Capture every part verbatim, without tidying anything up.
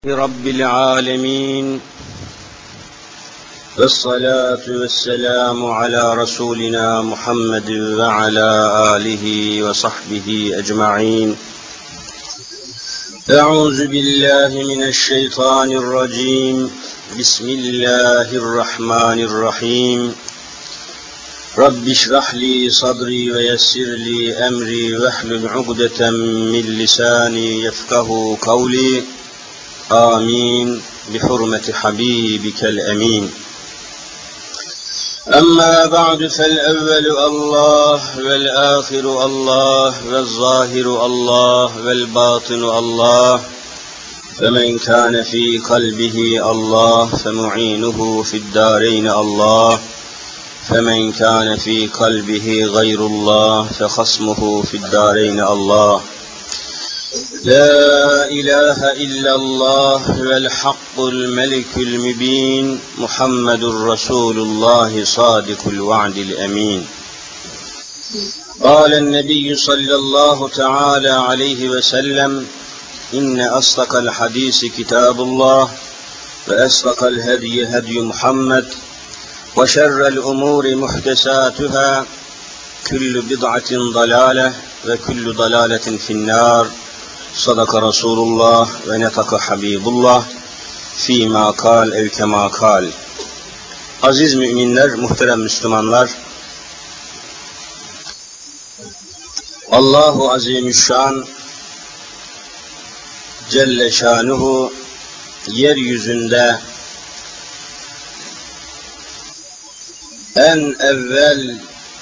رب العالمين والصلاة والسلام على رسولنا محمد وعلى آله وصحبه أجمعين. أعوذ بالله من الشيطان الرجيم. بسم الله الرحمن الرحيم. رب اشرح لي صدري ويسر لي أمري واحلل عقدة من لساني يفقه قولي. آمين بحرمة حبيبك الأمين. أما بعد فالأول الله والآخر الله والظاهر الله والباطن الله، فمن كان في قلبه الله فمعينه في الدارين الله، فمن كان في قلبه غير الله فخصمه في الدارين الله. لا إله إلا الله والحق الملك المبين، محمد رسول الله صادق الوعد الأمين. قال النبي صلى الله تعالى عليه وسلم: إن أصدق الحديث كتاب الله، وأصدق الهدي هدي محمد، وشر الأمور محدثاتها، كل بدعة ضلالة وكل ضلالة في النار. Sadaka Resulullah ve netaka Habibullah fîmâ kâl ev kemâ kâl. Aziz müminler, muhterem Müslümanlar, Allahu Azimüşşan Celle Şanuhu yeryüzünde en evvel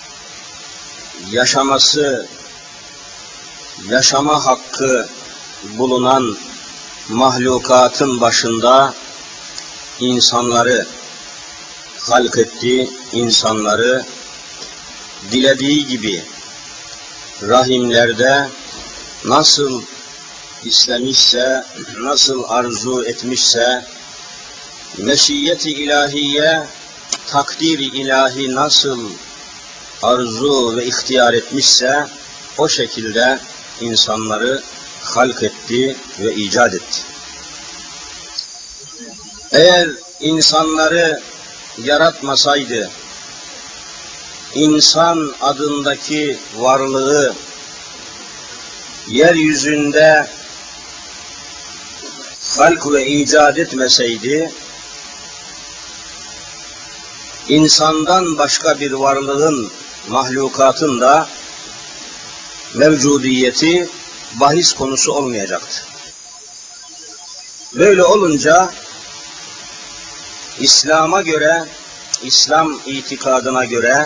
yaşaması, yaşama hakkı bulunan mahlukatın başında insanları halk etti, insanları dilediği gibi rahimlerde nasıl istemişse, nasıl arzu etmişse, meşiyeti ilahiye, takdiri ilahi nasıl arzu ve ihtiyar etmişse, o şekilde insanları halk etti ve icat etti. Eğer insanları yaratmasaydı, insan adındaki varlığı yeryüzünde halk ve icat etmeseydi, insandan başka bir varlığın, mahlukatın da mevcudiyeti bahis konusu olmayacaktı. Böyle olunca İslam'a göre, İslam itikadına göre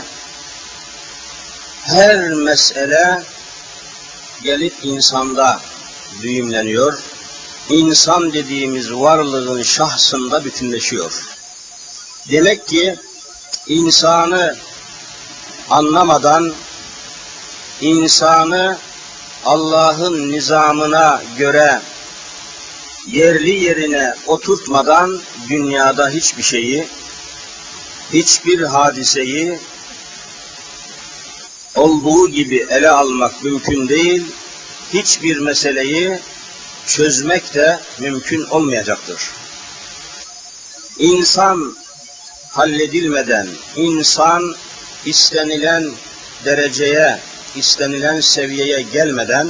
her mesele gelip insanda düğümleniyor. İnsan dediğimiz varlığın şahsında bütünleşiyor. Demek ki insanı anlamadan, İnsanı Allah'ın nizamına göre yerli yerine oturtmadan dünyada hiçbir şeyi, hiçbir hadiseyi olduğu gibi ele almak mümkün değil, hiçbir meseleyi çözmek de mümkün olmayacaktır. İnsan halledilmeden, insan istenilen dereceye, istenilen seviyeye gelmeden,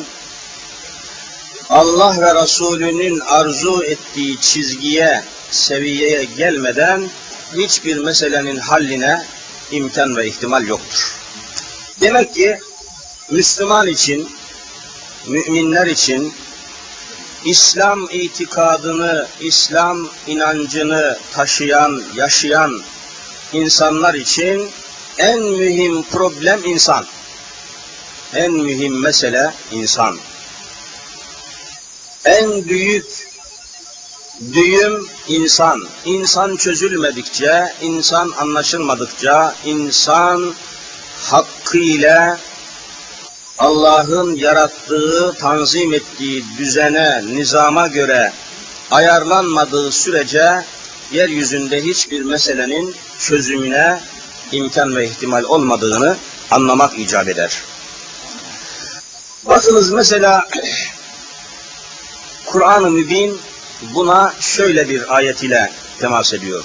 Allah ve Resulünün arzu ettiği çizgiye, seviyeye gelmeden hiçbir meselenin halline imkan ve ihtimal yoktur. Demek ki Müslüman için, müminler için İslam itikadını, İslam inancını taşıyan, yaşayan insanlar için en mühim problem insan. En mühim mesele insan. En büyük düğüm insan. İnsan çözülmedikçe, insan anlaşılmadıkça, insan hakkıyla Allah'ın yarattığı, tanzim ettiği düzene, nizama göre ayarlanmadığı sürece yeryüzünde hiçbir meselenin çözümüne imkan ve ihtimal olmadığını anlamak icap eder. Bakınız mesela Kur'an-ı Mübin buna şöyle bir ayet ile temas ediyor.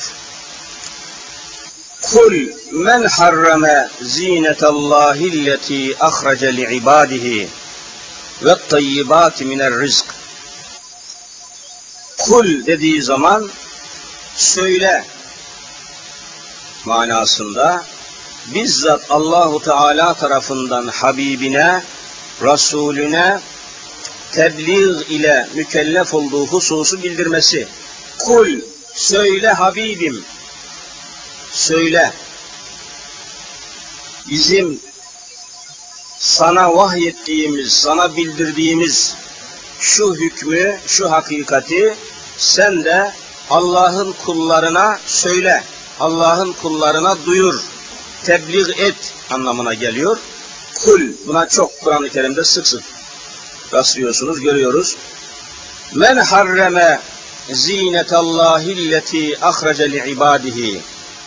Kul men harrame zinetallahi'lleti ahrace li'ibadihi ve't-tayyibati mine'r-rizk. Kul dediği zaman söyle manasında bizzat Allahu Teala tarafından Habibine, Resulüne tebliğ ile mükellef olduğu hususu bildirmesi. Kul, söyle Habibim, söyle. Bizim sana vahyettiğimiz, sana bildirdiğimiz şu hükmü, şu hakikati sen de Allah'ın kullarına söyle. Allah'ın kullarına duyur, tebliğ et anlamına geliyor. Kul, buna çok Kur'an-ı Kerim'de sık sık rastlıyorsunuz, görüyoruz. Men harreme zinetallahi'lleti ahrace li'ibadihi.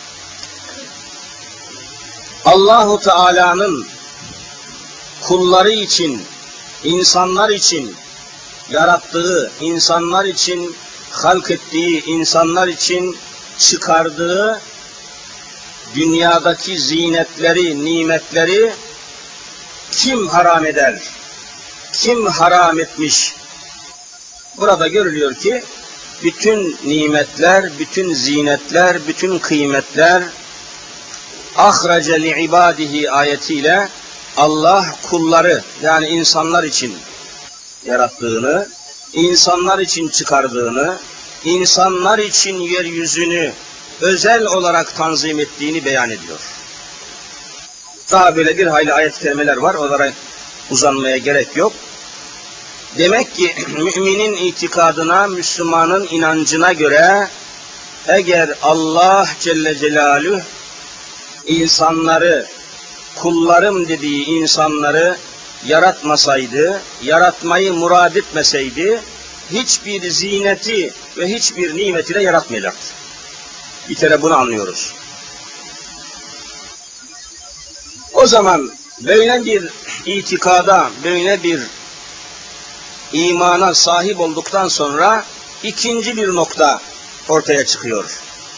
Allahu Teala'nın kulları için, insanlar için yarattığı, insanlar için halk ettiği, insanlar için çıkardığı dünyadaki zinetleri, nimetleri kim haram eder? Kim haram etmiş? Burada görülüyor ki bütün nimetler, bütün zinetler, bütün kıymetler ahrace li'ibadihi ayetiyle Allah kulları yani insanlar için yarattığını, insanlar için çıkardığını, insanlar için yeryüzünü özel olarak tanzim ettiğini beyan ediyor. Daha böyle bir hayli ayet-i kerimeler var, onlara uzanmaya gerek yok. Demek ki müminin itikadına, Müslümanın inancına göre eğer Allah Celle Celaluhu insanları, kullarım dediği insanları yaratmasaydı, yaratmayı murad etmeseydi, hiçbir zineti ve hiçbir nimeti de yaratmayacaktı. Bir kere bunu anlıyoruz. O zaman böyle bir itikada, böyle bir imana sahip olduktan sonra ikinci bir nokta ortaya çıkıyor.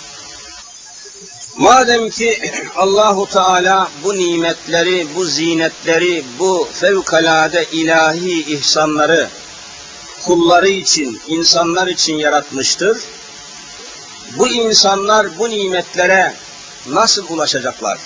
Madem ki Allahu Teala bu nimetleri, bu zinetleri, bu fevkalade ilahi ihsanları kulları için, insanlar için yaratmıştır. Bu insanlar bu nimetlere nasıl ulaşacaklar?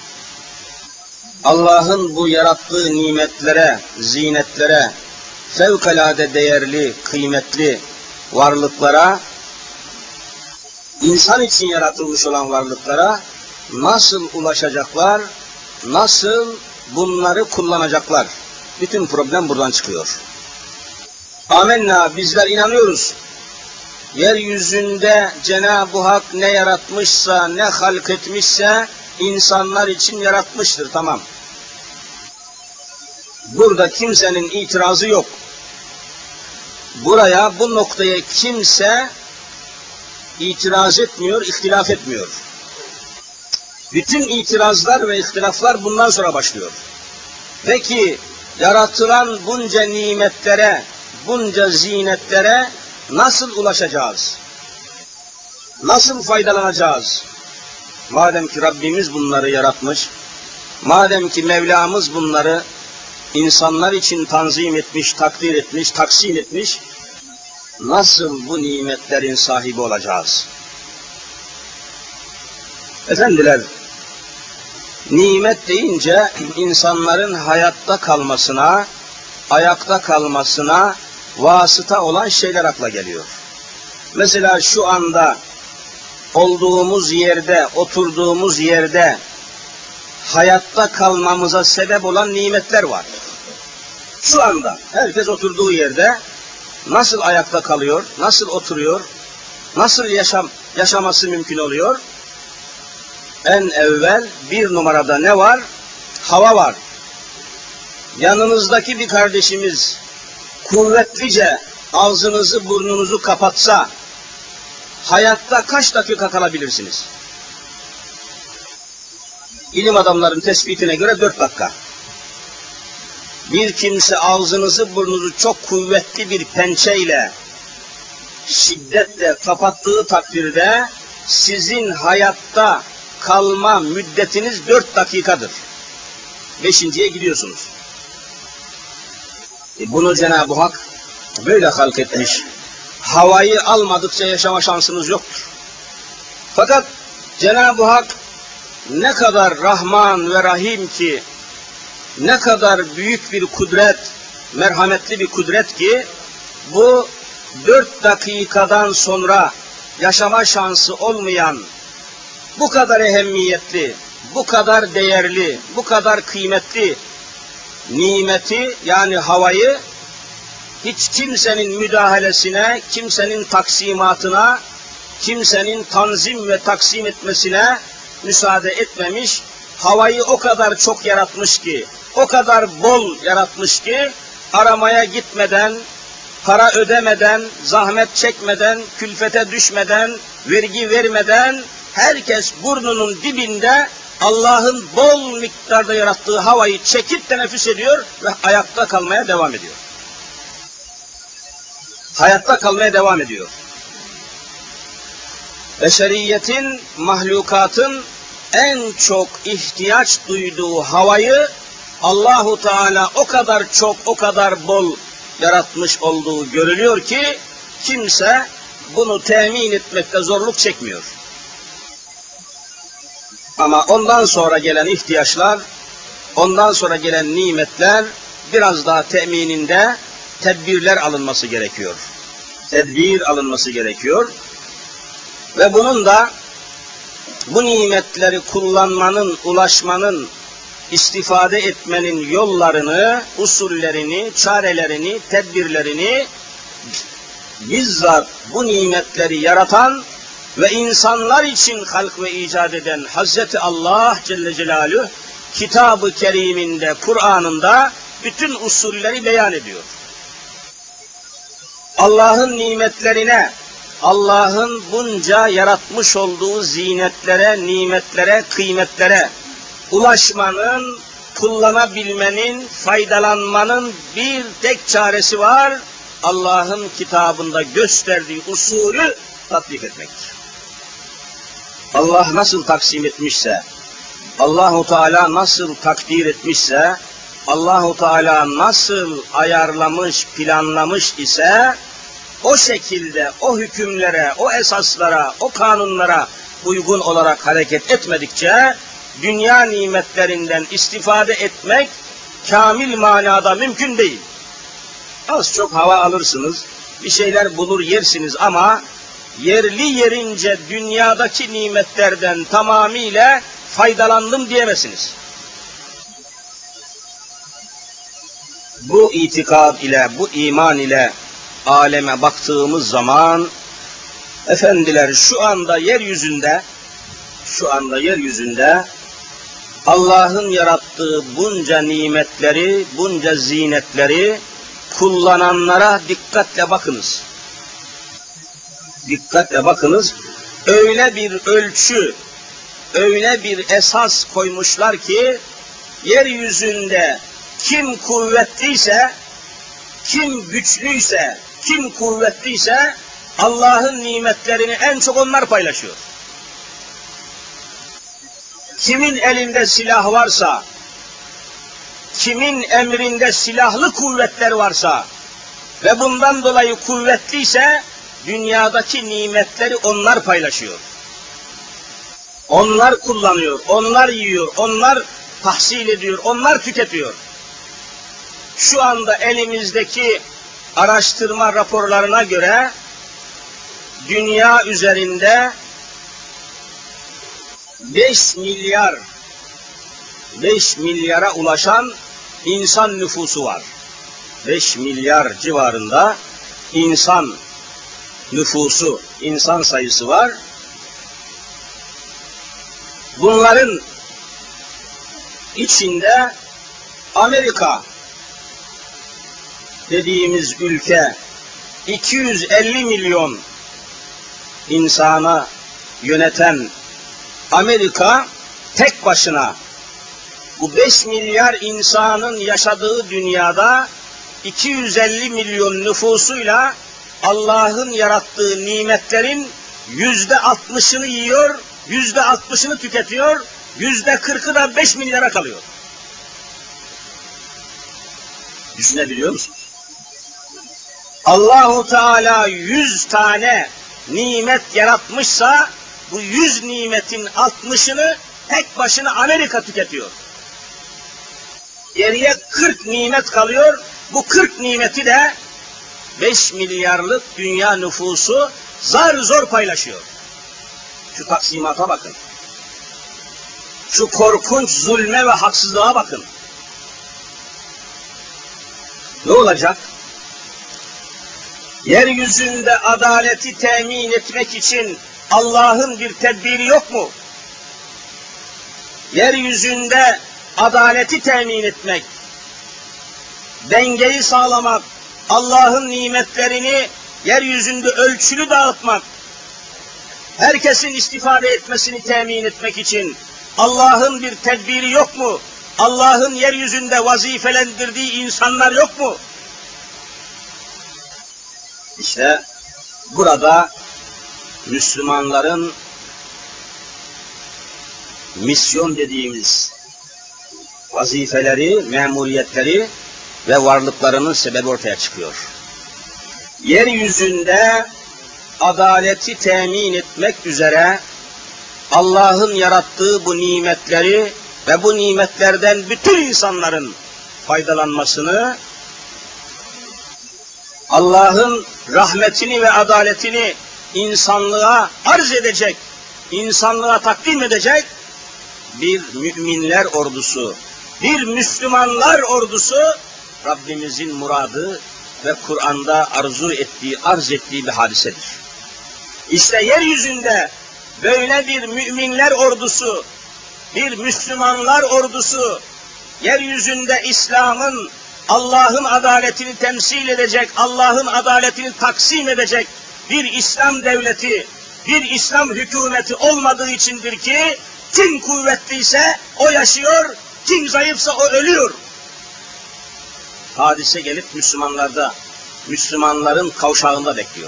Allah'ın bu yarattığı nimetlere, zinetlere, fevkalade değerli, kıymetli varlıklara, insan için yaratılmış olan varlıklara nasıl ulaşacaklar, nasıl bunları kullanacaklar? Bütün problem buradan çıkıyor. Amenna, bizler inanıyoruz. Yeryüzünde Cenab-ı Hak ne yaratmışsa, ne halk etmişse insanlar için yaratmıştır, tamam. Burada kimsenin itirazı yok. Buraya, bu noktaya kimse itiraz etmiyor, ihtilaf etmiyor. Bütün itirazlar ve ihtilaflar bundan sonra başlıyor. Peki, yaratılan bunca nimetlere, bunca zinetlere nasıl ulaşacağız? Nasıl faydalanacağız? Madem ki Rabbimiz bunları yaratmış, madem ki Mevlamız bunları insanlar için tanzim etmiş, takdir etmiş, taksim etmiş, nasıl bu nimetlerin sahibi olacağız? Efendiler, nimet deyince insanların hayatta kalmasına, ayakta kalmasına vasıta olan şeyler akla geliyor. Mesela şu anda olduğumuz yerde, oturduğumuz yerde hayatta kalmamıza sebep olan nimetler var. Şu anda herkes oturduğu yerde nasıl ayakta kalıyor, nasıl oturuyor, nasıl yaşam yaşaması mümkün oluyor? En evvel bir numarada ne var? Hava var. Yanınızdaki bir kardeşimiz kuvvetlice ağzınızı burnunuzu kapatsa hayatta kaç dakika kalabilirsiniz? İlim adamların tespitine göre dört dakika. Bir kimse ağzınızı burnunuzu çok kuvvetli bir pençeyle şiddetle kapattığı takdirde sizin hayatta kalma müddetiniz dört dakikadır. Beşinciye gidiyorsunuz. E bunu Cenab-ı Hak böyle halk etmiş. Havayı almadıkça yaşama şansınız yoktur. Fakat Cenab-ı Hak ne kadar Rahman ve Rahim ki, ne kadar büyük bir kudret, merhametli bir kudret ki, bu dört dakikadan sonra yaşama şansı olmayan, bu kadar ehemmiyetli, bu kadar değerli, bu kadar kıymetli nimeti, yani havayı hiç kimsenin müdahalesine, kimsenin taksimatına, kimsenin tanzim ve taksim etmesine müsaade etmemiş, havayı o kadar çok yaratmış ki, o kadar bol yaratmış ki, aramaya gitmeden, para ödemeden, zahmet çekmeden, külfete düşmeden, vergi vermeden, herkes burnunun dibinde Allah'ın bol miktarda yarattığı havayı çekip teneffüs ediyor ve ayakta kalmaya devam ediyor. Hayatta kalmaya devam ediyor. Beşeriyetin, mahlukatın en çok ihtiyaç duyduğu havayı Allahu Teala o kadar çok, o kadar bol yaratmış olduğu görülüyor ki kimse bunu temin etmekte zorluk çekmiyor. Ama ondan sonra gelen ihtiyaçlar, ondan sonra gelen nimetler biraz daha temininde tedbirler alınması gerekiyor. Tedbir alınması gerekiyor. Ve bunun da bu nimetleri kullanmanın, ulaşmanın, istifade etmenin yollarını, usullerini, çarelerini, tedbirlerini bizzat bu nimetleri yaratan ve insanlar için halk ve icat eden Hazreti Allah Celle Celaluhu Kitab-ı Kerim'inde, Kur'an'ında bütün usulleri beyan ediyor. Allah'ın nimetlerine, Allah'ın bunca yaratmış olduğu zinetlere, nimetlere, kıymetlere ulaşmanın, kullanabilmenin, faydalanmanın bir tek çaresi var. Allah'ın kitabında gösterdiği usulü tatbik etmektir. Allah nasıl taksim etmişse, Allahu Teala nasıl takdir etmişse, Allahu Teala nasıl ayarlamış, planlamış ise o şekilde, o hükümlere, o esaslara, o kanunlara uygun olarak hareket etmedikçe dünya nimetlerinden istifade etmek kamil manada mümkün değil. Az çok hava alırsınız, bir şeyler bulur yersiniz ama yerli yerince dünyadaki nimetlerden tamamıyla faydalandım diyemezsiniz. Bu itikad ile, bu iman ile aleme baktığımız zaman, efendiler şu anda yeryüzünde, şu anda yeryüzünde Allah'ın yarattığı bunca nimetleri, bunca zinetleri kullananlara dikkatle bakınız. Dikkatle bakınız. Öyle bir ölçü, öyle bir esas koymuşlar ki yeryüzünde kim kuvvetliyse, kim güçlüyse, kim kuvvetliyse Allah'ın nimetlerini en çok onlar paylaşıyor. Kimin elinde silah varsa, kimin emrinde silahlı kuvvetler varsa ve bundan dolayı kuvvetliyse dünyadaki nimetleri onlar paylaşıyor. Onlar kullanıyor, onlar yiyor, onlar tahsil ediyor, onlar tüketiyor. Şu anda elimizdeki araştırma raporlarına göre dünya üzerinde beş milyar beş milyara ulaşan insan nüfusu var. beş milyar civarında insan nüfusu, insan sayısı var. Bunların içinde Amerika dediğimiz ülke iki yüz elli milyon insanı yöneten Amerika tek başına bu beş milyar insanın yaşadığı dünyada iki yüz elli milyon nüfusuyla Allah'ın yarattığı nimetlerin yüzde altmışını yiyor, yüzde altmışını tüketiyor, yüzde kırkı da beş milyara kalıyor. Düşünebiliyor musunuz? Allahu Teala yüz tane nimet yaratmışsa bu yüz nimetin altmışını tek başına Amerika tüketiyor. Geriye kırk nimet kalıyor. Bu kırk nimeti de beş milyarlık dünya nüfusu zar zor paylaşıyor. Şu taksimata bakın. Şu korkunç zulme ve haksızlığa bakın. Ne olacak? Yeryüzünde adaleti temin etmek için Allah'ın bir tedbiri yok mu? Yeryüzünde adaleti temin etmek, dengeyi sağlamak, Allah'ın nimetlerini yeryüzünde ölçülü dağıtmak, herkesin istifade etmesini temin etmek için Allah'ın bir tedbiri yok mu? Allah'ın yeryüzünde vazifelendirdiği insanlar yok mu? İşte burada Müslümanların misyon dediğimiz vazifeleri, memuriyetleri ve varlıklarının sebebi ortaya çıkıyor. Yeryüzünde adaleti temin etmek üzere Allah'ın yarattığı bu nimetleri ve bu nimetlerden bütün insanların faydalanmasını, Allah'ın rahmetini ve adaletini insanlığa arz edecek, insanlığa takdim edecek bir müminler ordusu, bir Müslümanlar ordusu Rabbimizin muradı ve Kur'an'da arzu ettiği, arz ettiği bir hadisedir. İşte yeryüzünde böyle bir müminler ordusu, bir Müslümanlar ordusu, yeryüzünde İslam'ın, Allah'ın adaletini temsil edecek, Allah'ın adaletini taksim edecek bir İslam devleti, bir İslam hükümeti olmadığı içindir ki kim kuvvetliyse o yaşıyor, kim zayıfsa o ölüyor. Hadise gelip Müslümanlarda, Müslümanların kavşağında bekliyor.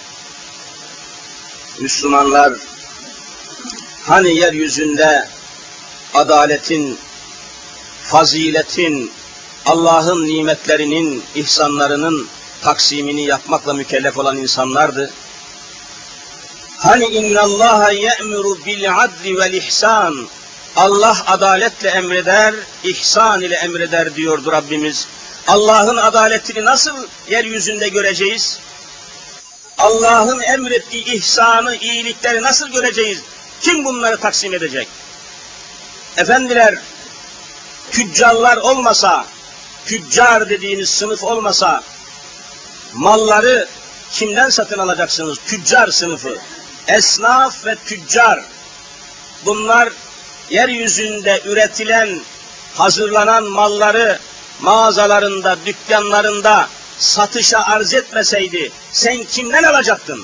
Müslümanlar hani yeryüzünde adaletin, faziletin, Allah'ın nimetlerinin, ihsanlarının taksimini yapmakla mükellef olan insanlardı. Hani innallaha ye'muru bil adli vel ihsan. Allah adaletle emreder, ihsan ile emreder diyordu Rabbimiz. Allah'ın adaletini nasıl yeryüzünde göreceğiz? Allah'ın emrettiği ihsanı, iyilikleri nasıl göreceğiz? Kim bunları taksim edecek? Efendiler, tüccarlar olmasa, tüccar dediğiniz sınıf olmasa, malları kimden satın alacaksınız? Tüccar sınıfı, esnaf ve tüccar. Bunlar yeryüzünde üretilen, hazırlanan malları mağazalarında, dükkanlarında satışa arz etmeseydi sen kimden alacaktın?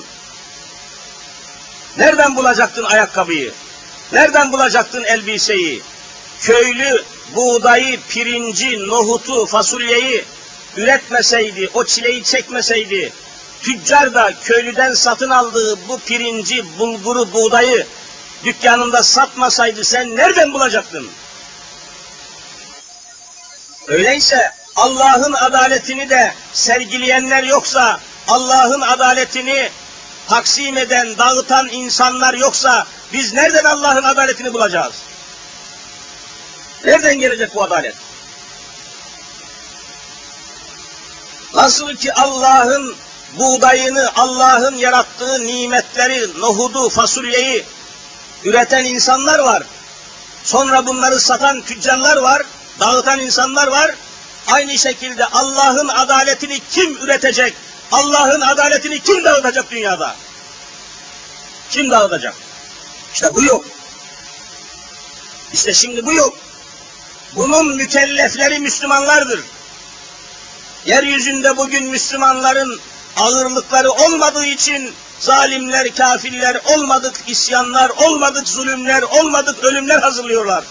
Nereden bulacaktın ayakkabıyı? Nereden bulacaktın elbiseyi? Köylü buğdayı, pirinci, nohutu, fasulyeyi üretmeseydi, o çileyi çekmeseydi, tüccar da köylüden satın aldığı bu pirinci, bulguru, buğdayı dükkanında satmasaydı sen nereden bulacaktın? Öyleyse Allah'ın adaletini de sergileyenler yoksa, Allah'ın adaletini taksim eden, dağıtan insanlar yoksa biz nereden Allah'ın adaletini bulacağız? Nereden gelecek bu adalet? Nasıl ki Allah'ın buğdayını, Allah'ın yarattığı nimetleri, nohudu, fasulyeyi üreten insanlar var. Sonra bunları satan tüccarlar var, dağıtan insanlar var. Aynı şekilde Allah'ın adaletini kim üretecek? Allah'ın adaletini kim dağıtacak dünyada? Kim dağıtacak? İşte bu yok. İşte şimdi bu yok. Bunun mükellefleri Müslümanlardır. Yeryüzünde bugün Müslümanların ağırlıkları olmadığı için zalimler, kafirler olmadık, isyanlar olmadık, zulümler olmadık, ölümler hazırlıyorlar.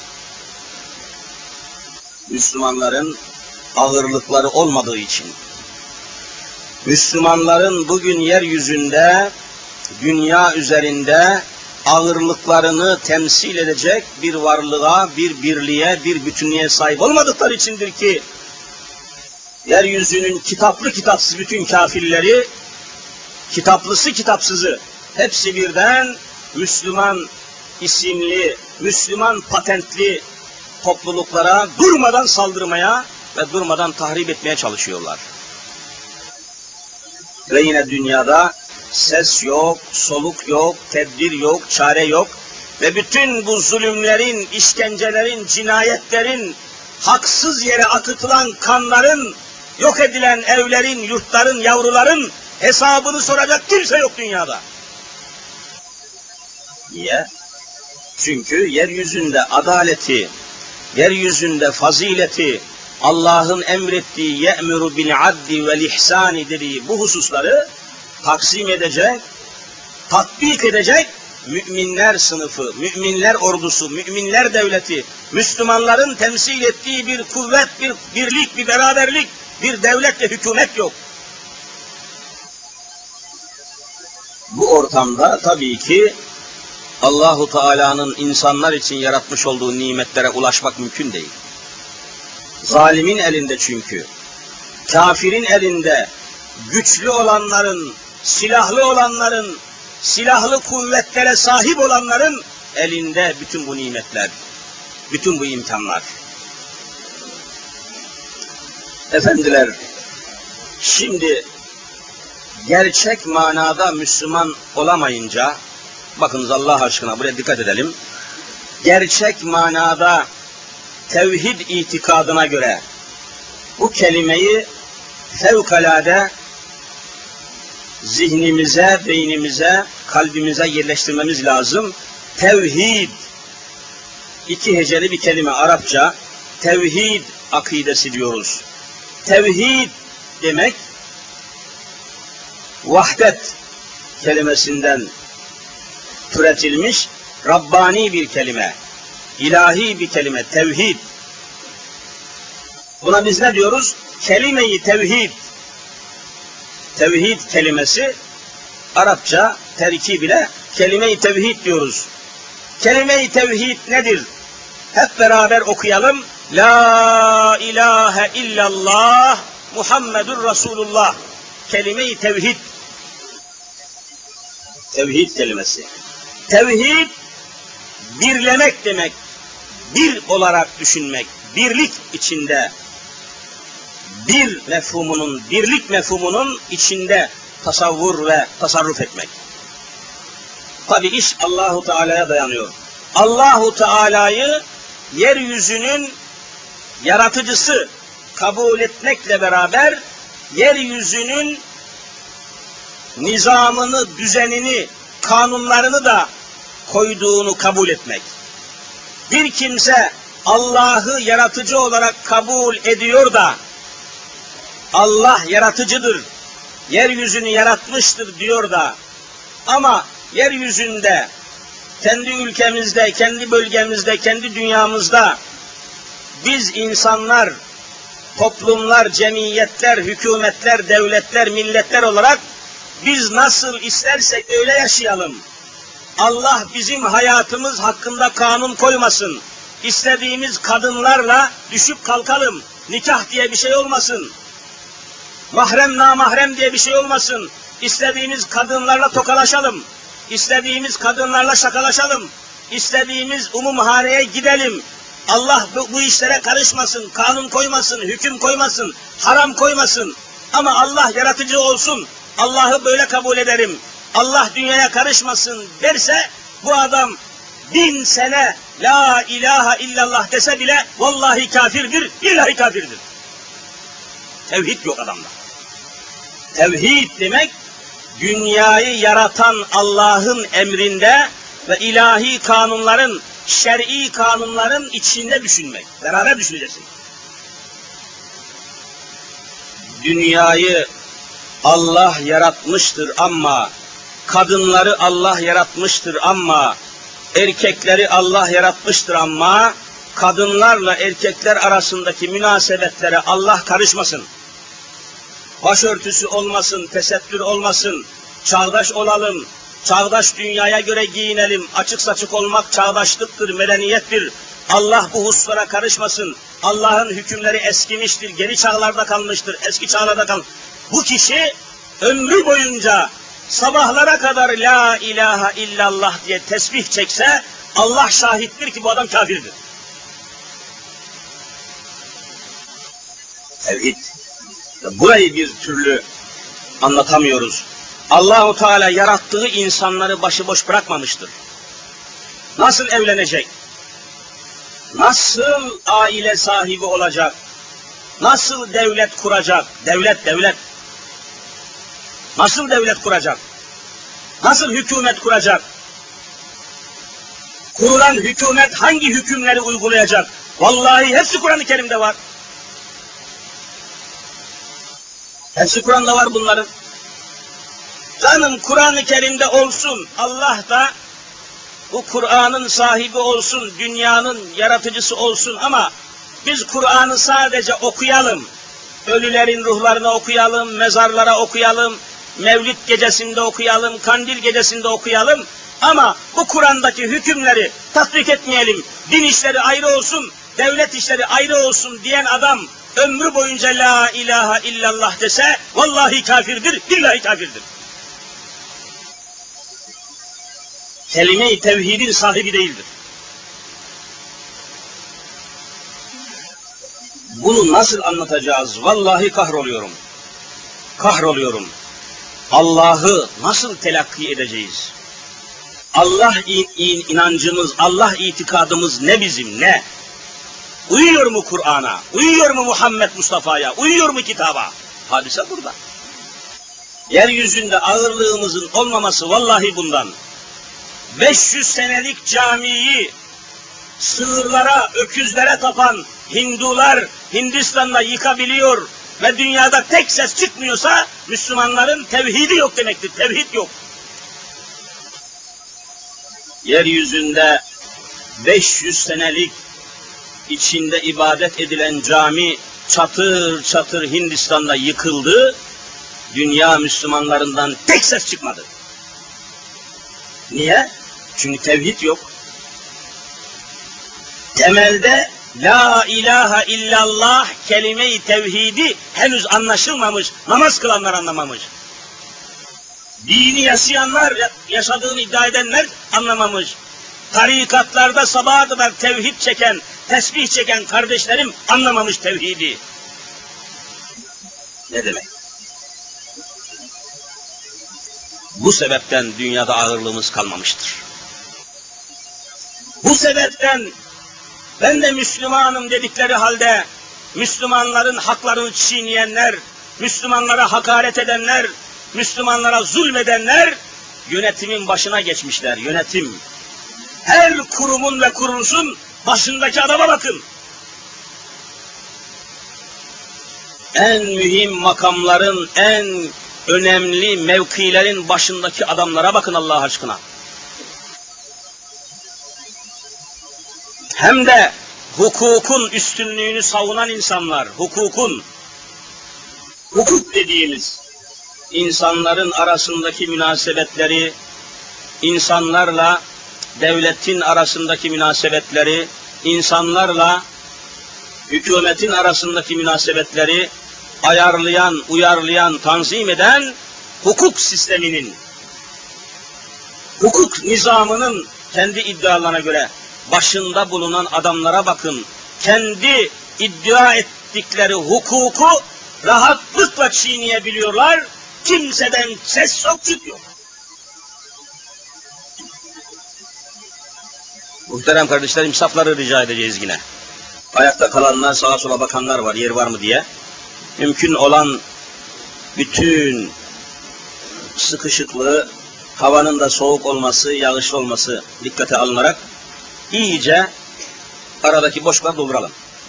Müslümanların ağırlıkları olmadığı için. Müslümanların bugün yeryüzünde, dünya üzerinde ağırlıklarını temsil edecek bir varlığa, bir birliğe, bir bütünlüğe sahip olmadıkları içindir ki yeryüzünün kitaplı kitapsız bütün kafirleri, kitaplısı kitapsızı hepsi birden Müslüman isimli, Müslüman patentli topluluklara durmadan saldırmaya ve durmadan tahrip etmeye çalışıyorlar. Ve yine dünyada ses yok, soluk yok, tedbir yok, çare yok ve bütün bu zulümlerin, işkencelerin, cinayetlerin, haksız yere akıtılan kanların, yok edilen evlerin, yurtların, yavruların hesabını soracak kimse yok dünyada. Niye? Çünkü yeryüzünde adaleti, yeryüzünde fazileti, Allah'ın emrettiği ye'muru bil adli vel ihsani dediği bu hususları taksim edecek, tatbik edecek müminler sınıfı, müminler ordusu, müminler devleti, Müslümanların temsil ettiği bir kuvvet, bir birlik, bir beraberlik, bir devlet ve hükümet yok. Bu ortamda tabii ki Allahu Teala'nın insanlar için yaratmış olduğu nimetlere ulaşmak mümkün değil. Zalimin elinde çünkü, kafirin elinde, güçlü olanların, silahlı olanların, silahlı kuvvetlere sahip olanların elinde bütün bu nimetler, bütün bu imkanlar. Efendiler, şimdi gerçek manada Müslüman olamayınca, bakınız Allah aşkına buraya dikkat edelim, gerçek manada tevhid itikadına göre bu kelimeyi fevkalade zihnimize, beynimize, kalbimize yerleştirmemiz lazım. Tevhid, iki heceli bir kelime Arapça, tevhid akidesi diyoruz. Tevhid demek, vahdet kelimesinden türetilmiş, Rabbani bir kelime, ilahi bir kelime, tevhid. Buna biz ne diyoruz? Kelime-i tevhid. Tevhid kelimesi, Arapça terkibiyle kelime-i tevhid diyoruz. Kelime-i tevhid nedir? Hep beraber okuyalım. La ilahe illallah Muhammedur Resulullah. Kelime-i tevhid. Tevhid kelimesi. Tevhid, birlemek demek. Bir olarak düşünmek. Birlik içinde. Bir mefhumunun, birlik mefhumunun içinde tasavvur ve tasarruf etmek. Tabi iş Allahu Teala'ya dayanıyor. Allahu Teala'yı yeryüzünün yaratıcısı kabul etmekle beraber yeryüzünün nizamını, düzenini, kanunlarını da koyduğunu kabul etmek. Bir kimse Allah'ı yaratıcı olarak kabul ediyor da Allah yaratıcıdır, yeryüzünü yaratmıştır diyor da ama yeryüzünde, kendi ülkemizde, kendi bölgemizde, kendi dünyamızda biz insanlar, toplumlar, cemiyetler, hükümetler, devletler, milletler olarak biz nasıl istersek öyle yaşayalım. Allah bizim hayatımız hakkında kanun koymasın. İstediğimiz kadınlarla düşüp kalkalım. Nikah diye bir şey olmasın. Mahrem namahrem diye bir şey olmasın. İstediğimiz kadınlarla tokalaşalım. İstediğimiz kadınlarla şakalaşalım. İstediğimiz umumhaneye gidelim. Allah bu, bu işlere karışmasın, kanun koymasın, hüküm koymasın, haram koymasın. Ama Allah yaratıcı olsun, Allah'ı böyle kabul ederim, Allah dünyaya karışmasın derse bu adam bin sene la ilahe illallah dese bile vallahi kafirdir, illahi kafirdir. Tevhid yok adamda. Tevhid demek dünyayı yaratan Allah'ın emrinde ve ilahi kanunların, şer'i kanunların içinde düşünmek. Beraber düşüneceksin. Dünyayı Allah yaratmıştır ama, kadınları Allah yaratmıştır ama, erkekleri Allah yaratmıştır ama, kadınlarla erkekler arasındaki münasebetlere Allah karışmasın. başörtüsü olmasın, tesettür olmasın, çağdaş olalım, çağdaş dünyaya göre giyinelim, açık saçık olmak çağdaşlıktır, medeniyettir. Allah bu hususlara karışmasın. Allah'ın hükümleri eskimiştir, geri çağlarda kalmıştır, eski çağlarda kalmıştır. Bu kişi ömrü boyunca sabahlara kadar la ilahe illallah diye tesbih çekse, Allah şahittir ki bu adam kafirdir. Tevhid. Burayı bir türlü anlatamıyoruz. Allahu Teala yarattığı insanları başıboş bırakmamıştır. Nasıl evlenecek? Nasıl aile sahibi olacak? Nasıl devlet kuracak? Devlet, devlet. Nasıl devlet kuracak? Nasıl hükümet kuracak? Kurulan hükümet hangi hükümleri uygulayacak? Vallahi hepsi Kur'an-ı Kerim'de var. Hepsi Kur'an'da var bunların. Canım Kur'an-ı Kerim'de olsun, Allah da bu Kur'an'ın sahibi olsun, dünyanın yaratıcısı olsun ama biz Kur'an'ı sadece okuyalım. Ölülerin ruhlarına okuyalım, mezarlara okuyalım, Mevlid gecesinde okuyalım, Kandil gecesinde okuyalım ama bu Kur'an'daki hükümleri tatbik etmeyelim. Din işleri ayrı olsun, devlet işleri ayrı olsun diyen adam ömrü boyunca la ilahe illallah dese vallahi kafirdir, billahi kafirdir. Kelime-i tevhidin sahibi değildir. Bunu nasıl anlatacağız? Vallahi kahroluyorum. Kahroluyorum. Allah'ı nasıl telakki edeceğiz? Allah inancımız, Allah itikadımız ne bizim, ne? Uyuyor mu Kur'an'a? Uyuyor mu Muhammed Mustafa'ya? Uyuyor mu kitaba? Hadise burada. Yeryüzünde ağırlığımızın olmaması vallahi bundan. beş yüz senelik camiyi sığırlara, öküzlere tapan Hindular Hindistan'da yıkabiliyor ve dünyada tek ses çıkmıyorsa Müslümanların tevhidi yok demektir. Tevhid yok. Yeryüzünde beş yüz senelik içinde ibadet edilen cami çatır çatır Hindistan'da yıkıldı. Dünya Müslümanlarından tek ses çıkmadı. Niye? Çünkü tevhid yok. Temelde la ilahe illallah kelime-i tevhidi henüz anlaşılmamış, namaz kılanlar anlamamış. Dini yaşayanlar, yaşadığını iddia edenler anlamamış. Tarikatlarda sabaha kadar tevhid çeken, tesbih çeken kardeşlerim anlamamış tevhidi. Ne demek? Bu sebepten dünyada ağırlığımız kalmamıştır. Bu sebepten ben de Müslümanım dedikleri halde Müslümanların haklarını çiğneyenler, Müslümanlara hakaret edenler, Müslümanlara zulmedenler yönetimin başına geçmişler. Yönetim. Her kurumun ve kuruluşun başındaki adama bakın. En mühim makamların, en önemli mevkilerin başındaki adamlara bakın Allah aşkına. Hem de hukukun üstünlüğünü savunan insanlar, hukukun, hukuk dediğimiz insanların arasındaki münasebetleri, insanlarla devletin arasındaki münasebetleri, insanlarla hükümetin arasındaki münasebetleri ayarlayan, uyarlayan, tanzim eden hukuk sisteminin, hukuk nizamının kendi iddialarına göre başında bulunan adamlara bakın. Kendi iddia ettikleri hukuku rahatlıkla çiğneyebiliyorlar. Kimseden ses yok, çıt yok. Muhterem kardeşlerim, safları rica edeceğiz yine. Ayakta kalanlar, sağa sola bakanlar var, yer var mı diye. Mümkün olan bütün sıkışıklığı, havanın da soğuk olması, yağışlı olması dikkate alınarak iyice aradaki boşluğa dolduralım.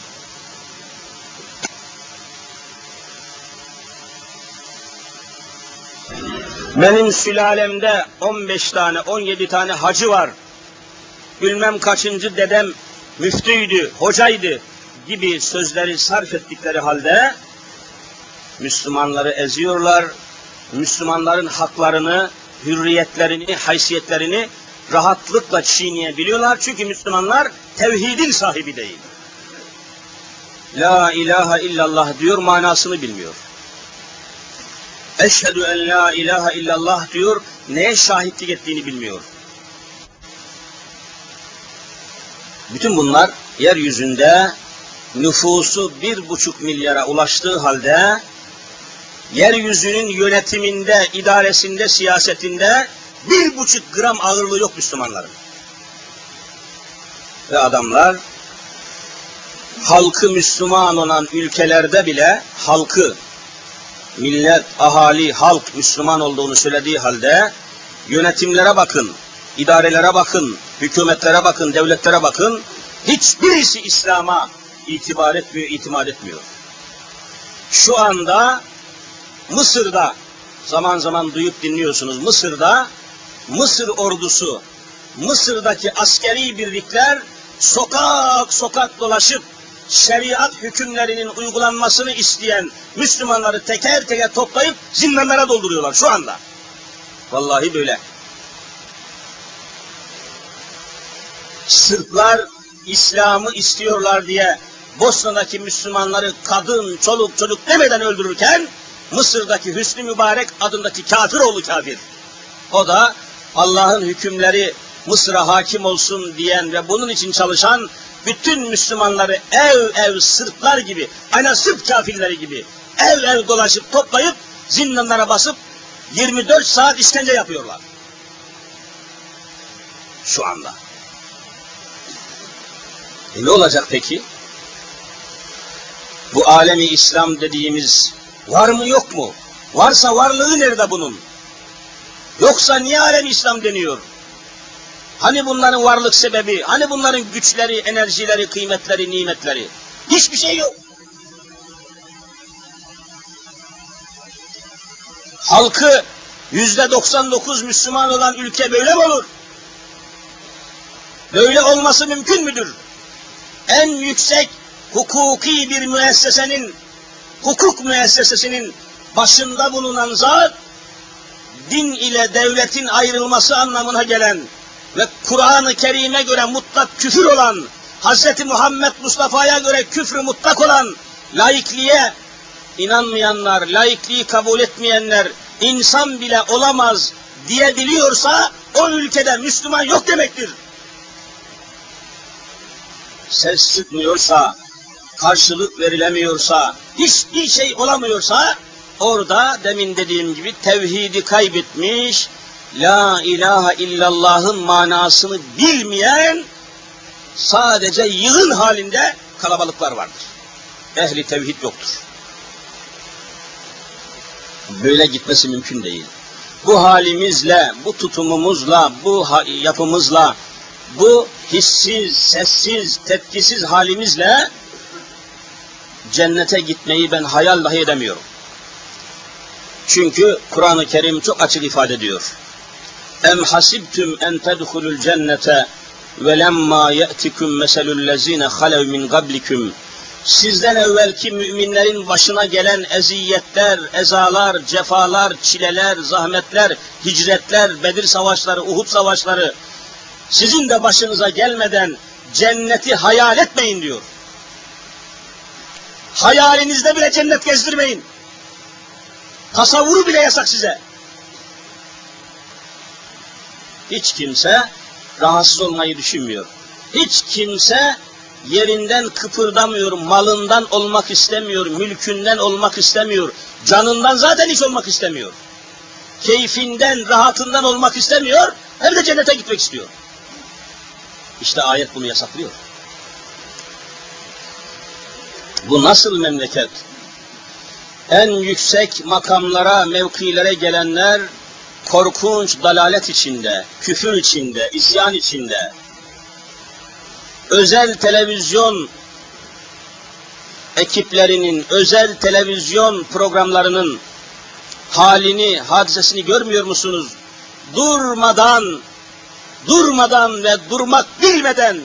Benim sülalemde on beş tane, on yedi tane hacı var. Bilmem kaçıncı dedem müftüydü, hocaydı gibi sözleri sarf ettikleri halde Müslümanları eziyorlar. Müslümanların haklarını, hürriyetlerini, haysiyetlerini rahatlıkla çiğneyebiliyorlar. Çünkü Müslümanlar tevhidin sahibi değil. La ilahe illallah diyor, manasını bilmiyor. Eşhedü en la ilahe illallah diyor, neye şahitlik ettiğini bilmiyor. Bütün bunlar yeryüzünde nüfusu bir buçuk milyara ulaştığı halde yeryüzünün yönetiminde, idaresinde, siyasetinde bir buçuk gram ağırlığı yok Müslümanların. Ve adamlar halkı Müslüman olan ülkelerde bile halkı, millet, ahali, halk Müslüman olduğunu söylediği halde yönetimlere bakın, idarelere bakın, hükümetlere bakın, devletlere bakın, hiçbirisi İslam'a itibar etmiyor, itimat etmiyor. Şu anda Mısır'da, zaman zaman duyup dinliyorsunuz, Mısır'da, Mısır ordusu, Mısır'daki askeri birlikler sokak sokak dolaşıp şeriat hükümlerinin uygulanmasını isteyen Müslümanları teker teker toplayıp zindanlara dolduruyorlar şu anda. Vallahi böyle. Sırplar İslam'ı istiyorlar diye Bosna'daki Müslümanları kadın, çoluk, çocuk demeden öldürürken Mısır'daki Hüsnü Mübarek adındaki kafir oğlu kafir. O da Allah'ın hükümleri Mısır'a hakim olsun diyen ve bunun için çalışan bütün Müslümanları ev ev Sırplar gibi, aynen Sırp kafirleri gibi ev ev dolaşıp toplayıp zindanlara basıp yirmi dört saat işkence yapıyorlar. Şu anda. E ne olacak peki? Bu alemi İslam dediğimiz var mı yok mu? Varsa varlığı nerede bunun? Yoksa niye alem İslam deniyor? Hani bunların varlık sebebi, hani bunların güçleri, enerjileri, kıymetleri, nimetleri? Hiçbir şey yok. Halkı yüzde doksan dokuz Müslüman olan ülke böyle mi olur? Böyle olması mümkün müdür? En yüksek hukuki bir müessesenin, hukuk müessesesinin başında bulunan zat, din ile devletin ayrılması anlamına gelen ve Kur'an-ı Kerim'e göre mutlak küfür olan, Hazreti Muhammed Mustafa'ya göre küfrü mutlak olan, laikliğe inanmayanlar, laikliği kabul etmeyenler, insan bile olamaz diyebiliyorsa, o ülkede Müslüman yok demektir. Ses çıkmıyorsa, karşılık verilemiyorsa, hiçbir şey olamıyorsa, orada demin dediğim gibi tevhidi kaybetmiş, La ilahe illallah'ın manasını bilmeyen sadece yığın halinde kalabalıklar vardır. Ehli tevhid yoktur. Böyle gitmesi mümkün değil. Bu halimizle, bu tutumumuzla, bu yapımızla, bu hissiz, sessiz, tepkisiz halimizle cennete gitmeyi ben hayal dahi edemiyorum. Çünkü Kur'an-ı Kerim çok açık ifade ediyor. Em hasibtum en tedhulul cennete ve lemma ye'tikum meselullezine halev min qablikum. Sizden evvelki müminlerin başına gelen eziyetler, ezalar, cefalar, çileler, zahmetler, hicretler, Bedir savaşları, Uhud savaşları sizin de başınıza gelmeden cenneti hayal etmeyin diyor. Hayalinizde bile cennet gezdirmeyin. Tasavvuru bile yasak size. Hiç kimse rahatsız olmayı düşünmüyor. Hiç kimse yerinden kıpırdamıyor, malından olmak istemiyor, mülkünden olmak istemiyor, canından zaten hiç olmak istemiyor. Keyfinden, rahatından olmak istemiyor, hem de cennete gitmek istiyor. İşte ayet bunu yasaklıyor. Bu nasıl memleket? En yüksek makamlara, mevkilere gelenler korkunç dalalet içinde, küfür içinde, isyan içinde. Özel televizyon ekiplerinin, özel televizyon programlarının halini, hadisesini görmüyor musunuz? Durmadan, durmadan ve durmak bilmeden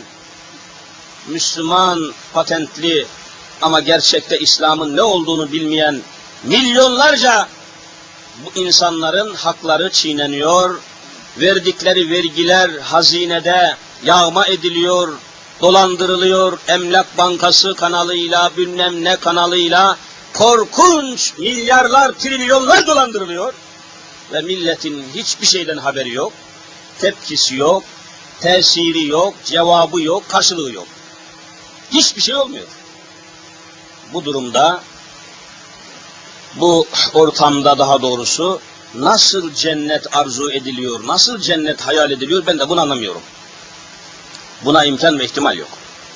Müslüman patentli ama gerçekte İslam'ın ne olduğunu bilmeyen Milyonlarca bu insanların hakları çiğneniyor, verdikleri vergiler hazinede yağma ediliyor, dolandırılıyor, Emlak Bankası kanalıyla, bilmem ne kanalıyla korkunç milyarlar, trilyonlar dolandırılıyor ve milletin hiçbir şeyden haberi yok, tepkisi yok, tesiri yok, cevabı yok, karşılığı yok. Hiçbir şey olmuyor. Bu durumda, bu ortamda daha doğrusu nasıl cennet arzu ediliyor, nasıl cennet hayal ediliyor, ben de bunu anlamıyorum. Buna imkan ve ihtimal yok.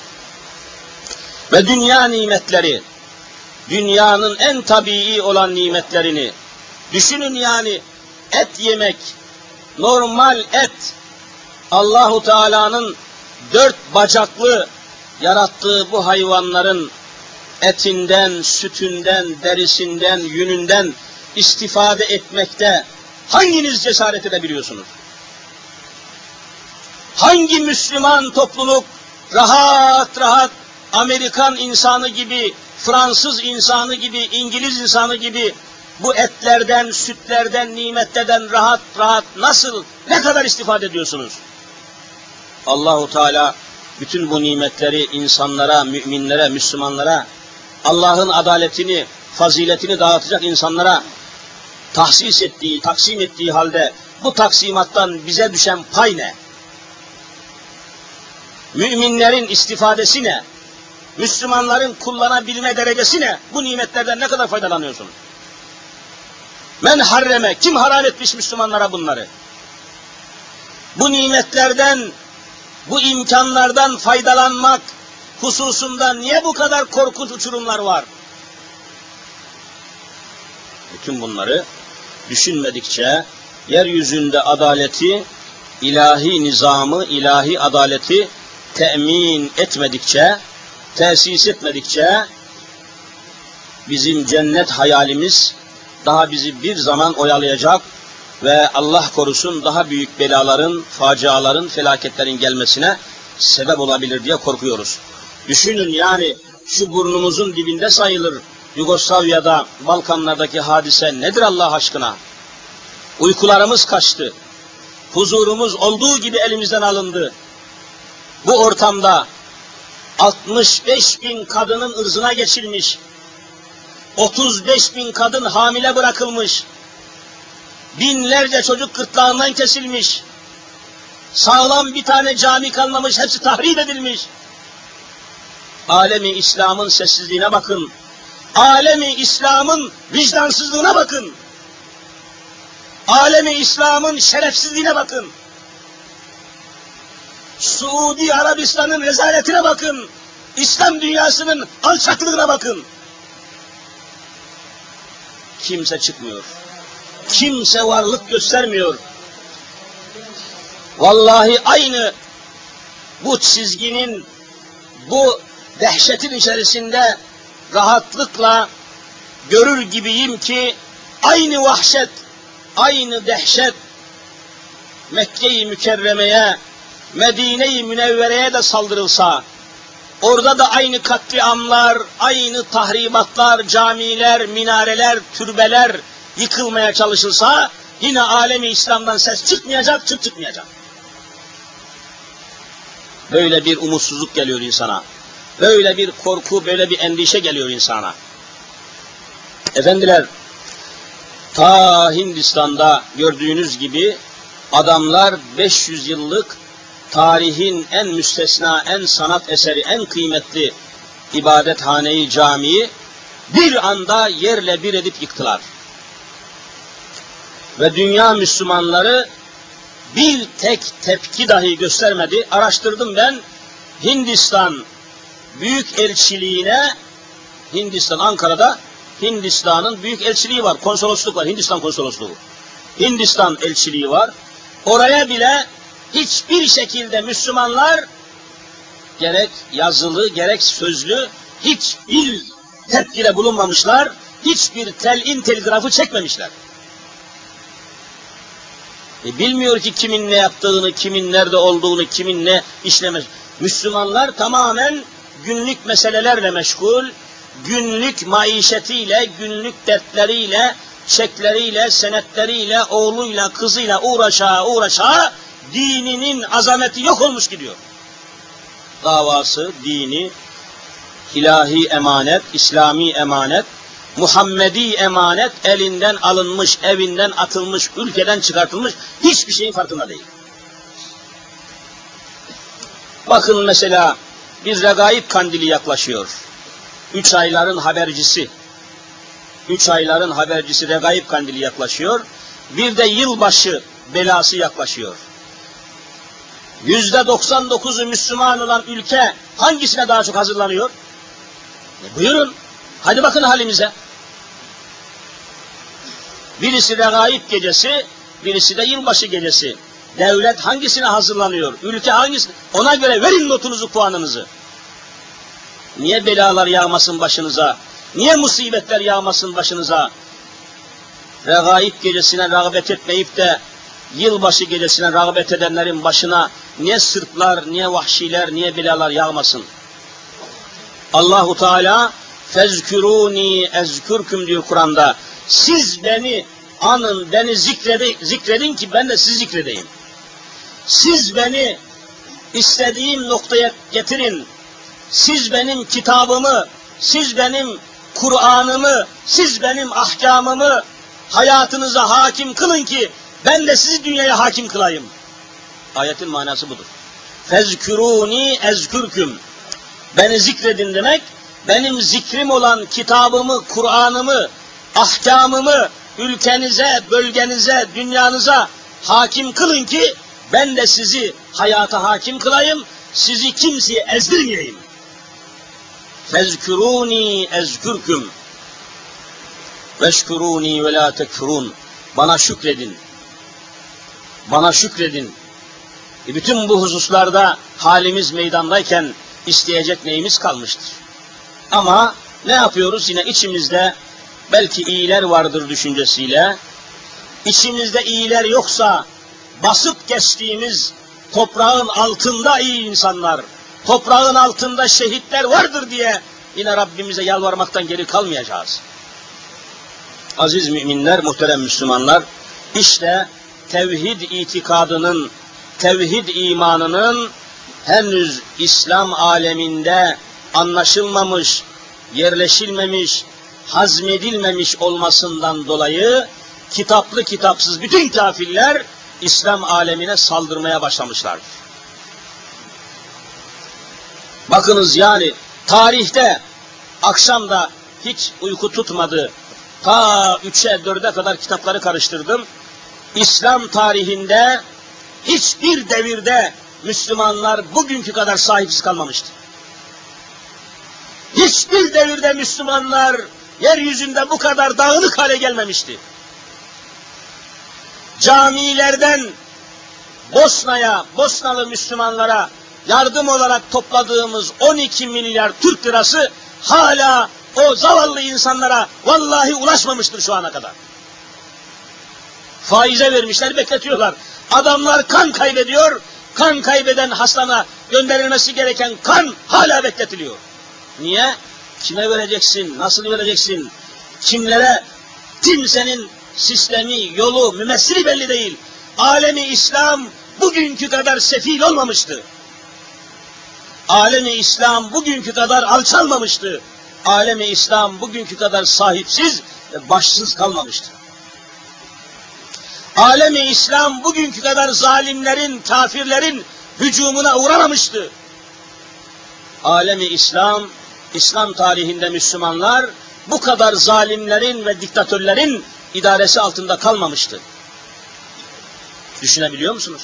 Ve dünya nimetleri, dünyanın en tabii olan nimetlerini düşünün. Yani et yemek, normal et, Allahu Teala'nın dört bacaklı yarattığı bu hayvanların etinden, sütünden, derisinden, yününden istifade etmekte hanginiz cesaret edebiliyorsunuz? Hangi Müslüman topluluk rahat rahat Amerikan insanı gibi, Fransız insanı gibi, İngiliz insanı gibi bu etlerden, sütlerden, nimetlerden rahat rahat nasıl, ne kadar istifade ediyorsunuz? Allahu Teala bütün bu nimetleri insanlara, müminlere, Müslümanlara, Allah'ın adaletini, faziletini dağıtacak insanlara tahsis ettiği, taksim ettiği halde bu taksimattan bize düşen pay ne? Müminlerin istifadesi ne? Müslümanların kullanabilme derecesi ne? Bu nimetlerden ne kadar faydalanıyorsunuz? Men harreme, kim haram etmiş Müslümanlara bunları? Bu nimetlerden, bu imkanlardan faydalanmak hususunda niye bu kadar korkunç uçurumlar var? Bütün bunları düşünmedikçe, yeryüzünde adaleti, ilahi nizamı, ilahi adaleti temin etmedikçe, tesis etmedikçe bizim cennet hayalimiz daha bizi bir zaman oyalayacak ve Allah korusun daha büyük belaların, faciaların, felaketlerin gelmesine sebep olabilir diye korkuyoruz. Düşünün yani şu burnumuzun dibinde sayılır Yugoslavya'da, Balkanlardaki hadise nedir Allah aşkına? Uykularımız kaçtı. Huzurumuz olduğu gibi elimizden alındı. Bu ortamda altmış beş bin kadının ırzına geçilmiş, otuz beş bin kadın hamile bırakılmış, binlerce çocuk gırtlağından kesilmiş, sağlam bir tane cami kalmamış, hepsi tahrip edilmiş. Alemi İslam'ın sessizliğine bakın, alemi İslam'ın vicdansızlığına bakın, alemi İslam'ın şerefsizliğine bakın. Suudi Arabistan'ın rezaletine bakın, İslam dünyasının alçaklığına bakın. Kimse çıkmıyor, kimse varlık göstermiyor. Vallahi aynı bu çizginin, bu dehşetin içerisinde rahatlıkla görür gibiyim ki aynı vahşet, aynı dehşet Mekke-i Mükerreme'ye, Medine-i Münevvere'ye de saldırılsa, orada da aynı katliamlar, aynı tahribatlar, camiler, minareler, türbeler yıkılmaya çalışılsa, yine alemi İslam'dan ses çıkmayacak, çıt çıkmayacak. Böyle bir umutsuzluk geliyor insana. Böyle bir korku, böyle bir endişe geliyor insana. Efendiler, ta Hindistan'da gördüğünüz gibi adamlar beş yüz yıllık tarihin en müstesna, en sanat eseri, en kıymetli ibadethaneyi, camiyi bir anda yerle bir edip yıktılar. Ve dünya Müslümanları bir tek tepki dahi göstermedi. Araştırdım ben, Hindistan Büyük Elçiliğine, Hindistan, Ankara'da Hindistan'ın büyük elçiliği var, konsolosluk var, Hindistan konsolosluğu. Hindistan elçiliği var. Oraya bile hiçbir şekilde Müslümanlar gerek yazılı gerek sözlü hiçbir tepkide bulunmamışlar, hiçbir telin telgrafı çekmemişler. E bilmiyor ki kimin ne yaptığını, kimin nerede olduğunu, kimin ne işlemez. Müslümanlar tamamen günlük meselelerle meşgul, günlük maişetiyle, günlük dertleriyle, çekleriyle, senetleriyle, oğluyla, kızıyla uğraşa uğraşa dininin azameti yok olmuş gidiyor. Davası, dini, ilahi emanet, İslami emanet, Muhammedi emanet elinden alınmış, evinden atılmış, ülkeden çıkartılmış, hiçbir şeyin farkında değil. Bakın mesela bir regaib kandili yaklaşıyor. Üç ayların habercisi. Üç ayların habercisi regaib kandili yaklaşıyor. Bir de yılbaşı belası yaklaşıyor. Yüzde doksan dokuzu Müslüman olan ülke hangisine daha çok hazırlanıyor? E buyurun, hadi bakın halimize. Birisi regaib gecesi, birisi de yılbaşı gecesi. Devlet hangisine hazırlanıyor? Ülke hangisine? Ona göre verin notunuzu, puanınızı. Niye belalar yağmasın başınıza? Niye musibetler yağmasın başınıza? Regaib gecesine rağbet etmeyip de yılbaşı gecesine rağbet edenlerin başına niye sırtlar, niye vahşiler, niye belalar yağmasın? Allahu Teala fezkuruni ezkurkum diyor Kur'an'da. Siz beni anın, beni zikredin, zikredin ki ben de sizi zikredeyim. Siz beni istediğim noktaya getirin. Siz benim kitabımı, siz benim Kur'an'ımı, siz benim ahkamımı hayatınıza hakim kılın ki ben de sizi dünyaya hakim kılayım. Ayetin manası budur. Fezkuruni ezkurkum. Beni zikredin demek, benim zikrim olan kitabımı, Kur'an'ımı, ahkamımı ülkenize, bölgenize, dünyanıza hakim kılın ki ben de sizi hayata hakim kılayım, sizi kimseye ezdirmeyeyim. Fezkuruni ezkurkum veşkuruni ve la tekfurun. Bana şükredin. Bana şükredin. E bütün bu hususlarda halimiz meydandayken isteyecek neyimiz kalmıştır? Ama ne yapıyoruz? Yine içimizde belki iyiler vardır düşüncesiyle, içimizde iyiler yoksa basıp geçtiğimiz toprağın altında iyi insanlar, toprağın altında şehitler vardır diye yine Rabbimize yalvarmaktan geri kalmayacağız. Aziz müminler, muhterem Müslümanlar, işte tevhid itikadının, tevhid imanının henüz İslam aleminde anlaşılmamış, yerleşilmemiş, hazmedilmemiş olmasından dolayı kitaplı kitapsız bütün kafirler İslam alemine saldırmaya başlamışlardır. Bakınız yani tarihte akşamda hiç uyku tutmadı. Ta üçe dörde kadar kitapları karıştırdım. İslam tarihinde hiçbir devirde Müslümanlar bugünkü kadar sahipsiz kalmamıştı. Hiçbir devirde Müslümanlar yeryüzünde bu kadar dağınık hale gelmemişti. Camilerden Bosna'ya, Bosnalı Müslümanlara yardım olarak topladığımız on iki milyar Türk lirası hala o zavallı insanlara vallahi ulaşmamıştır şu ana kadar. Faize vermişler, bekletiyorlar. Adamlar kan kaybediyor, kan kaybeden hastana gönderilmesi gereken kan hala bekletiliyor. Niye? Kime vereceksin, nasıl vereceksin, kimlere, kimsenin sistemi, yolu, mümessili belli değil. Alemi İslam bugünkü kadar sefil olmamıştı. Alemi İslam bugünkü kadar alçalmamıştı. Alemi İslam bugünkü kadar sahipsiz ve başsız kalmamıştı. Alemi İslam bugünkü kadar zalimlerin, kafirlerin hücumuna uğramamıştı. Alemi İslam, İslam tarihinde Müslümanlar bu kadar zalimlerin ve diktatörlerin idaresi altında kalmamıştı. Düşünebiliyor musunuz?